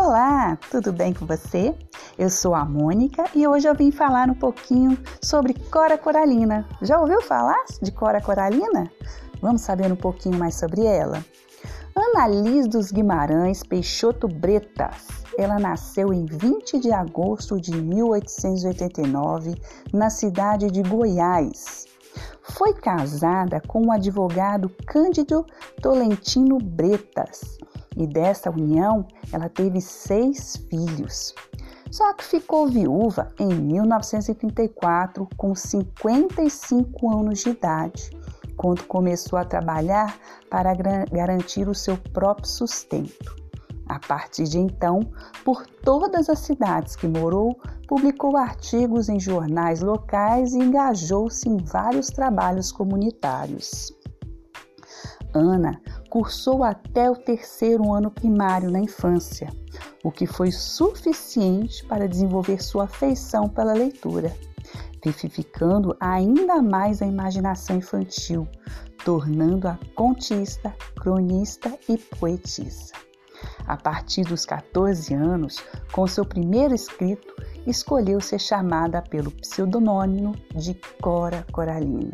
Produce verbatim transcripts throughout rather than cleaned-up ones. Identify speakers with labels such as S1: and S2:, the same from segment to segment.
S1: Olá, tudo bem com você? Eu sou a Mônica e hoje eu vim falar um pouquinho sobre Cora Coralina. Já ouviu falar de Cora Coralina? Vamos saber um pouquinho mais sobre ela. Ana Liz dos Guimarães Peixoto Bretas. Ela nasceu em vinte de agosto de mil oitocentos e oitenta e nove na cidade de Goiás. Foi casada com o advogado Cândido Tolentino Bretas e dessa união ela teve seis filhos. Só que ficou viúva em mil novecentos e trinta e quatro com cinquenta e cinco anos de idade, quando começou a trabalhar para garantir o seu próprio sustento. A partir de então, por todas as cidades que morou, publicou artigos em jornais locais e engajou-se em vários trabalhos comunitários. Ana cursou até o terceiro ano primário na infância, o que foi suficiente para desenvolver sua afeição pela leitura, vivificando ainda mais a imaginação infantil, tornando-a contista, cronista e poetisa. A partir dos catorze anos, com seu primeiro escrito, escolheu ser chamada pelo pseudônimo de Cora Coralina.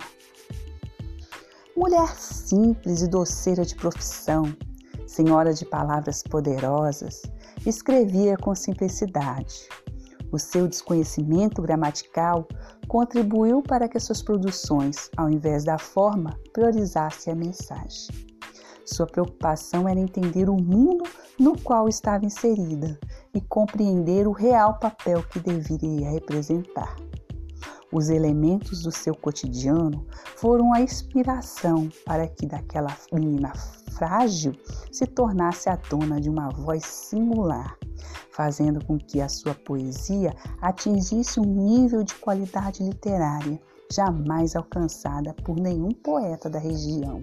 S1: Mulher simples e doceira de profissão, senhora de palavras poderosas, escrevia com simplicidade. O seu desconhecimento gramatical contribuiu para que suas produções, ao invés da forma, priorizassem a mensagem. Sua preocupação era entender o mundo no qual estava inserida e compreender o real papel que deveria representar. Os elementos do seu cotidiano foram a inspiração para que daquela menina frágil se tornasse a dona de uma voz singular, fazendo com que a sua poesia atingisse um nível de qualidade literária jamais alcançada por nenhum poeta da região.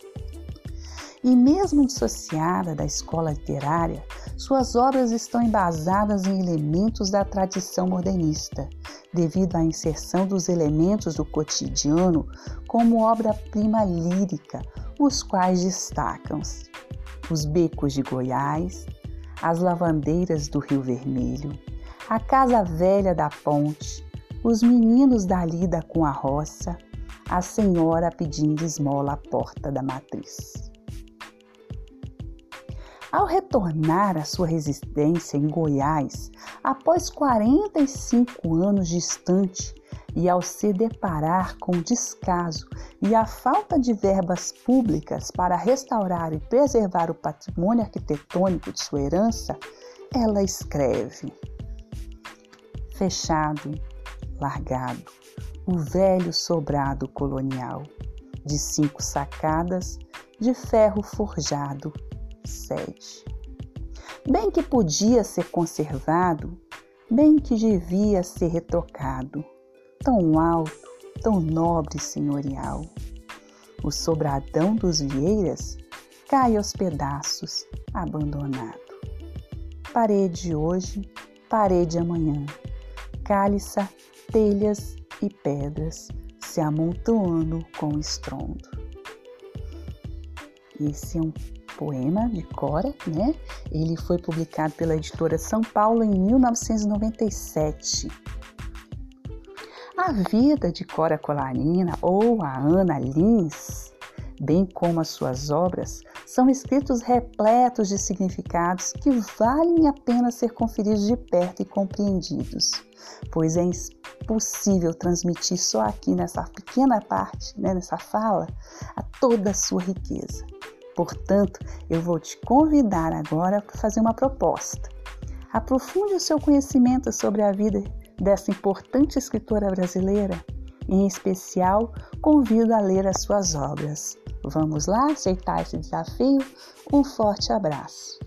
S1: E mesmo dissociada da escola literária, suas obras estão embasadas em elementos da tradição modernista, devido à inserção dos elementos do cotidiano como obra-prima lírica, os quais destacam os becos de Goiás, as lavandeiras do Rio Vermelho, a casa velha da ponte, os meninos da lida com a roça, a senhora pedindo esmola à porta da matriz. Ao retornar à sua residência em Goiás, após quarenta e cinco anos distante, e ao se deparar com o descaso e a falta de verbas públicas para restaurar e preservar o patrimônio arquitetônico de sua herança, ela escreve: fechado, largado, o velho sobrado colonial, de cinco sacadas, de ferro forjado, sede. Bem que podia ser conservado, bem que devia ser retocado, tão alto, tão nobre e senhorial. O sobradão dos Vieiras cai aos pedaços, abandonado. Parede hoje, parede amanhã, cálice, telhas e pedras se amontoando com estrondo. Esse é um poema de Cora, né? Ele foi publicado pela editora São Paulo em mil novecentos e noventa e sete. A vida de Cora Coralina ou a Ana Liz, bem como as suas obras, são escritos repletos de significados que valem a pena ser conferidos de perto e compreendidos, pois é impossível transmitir só aqui nessa pequena parte, né, nessa fala, a toda a sua riqueza. Portanto, eu vou te convidar agora para fazer uma proposta. Aprofunde o seu conhecimento sobre a vida dessa importante escritora brasileira. Em especial, convido a ler as suas obras. Vamos lá aceitar esse desafio? Um forte abraço.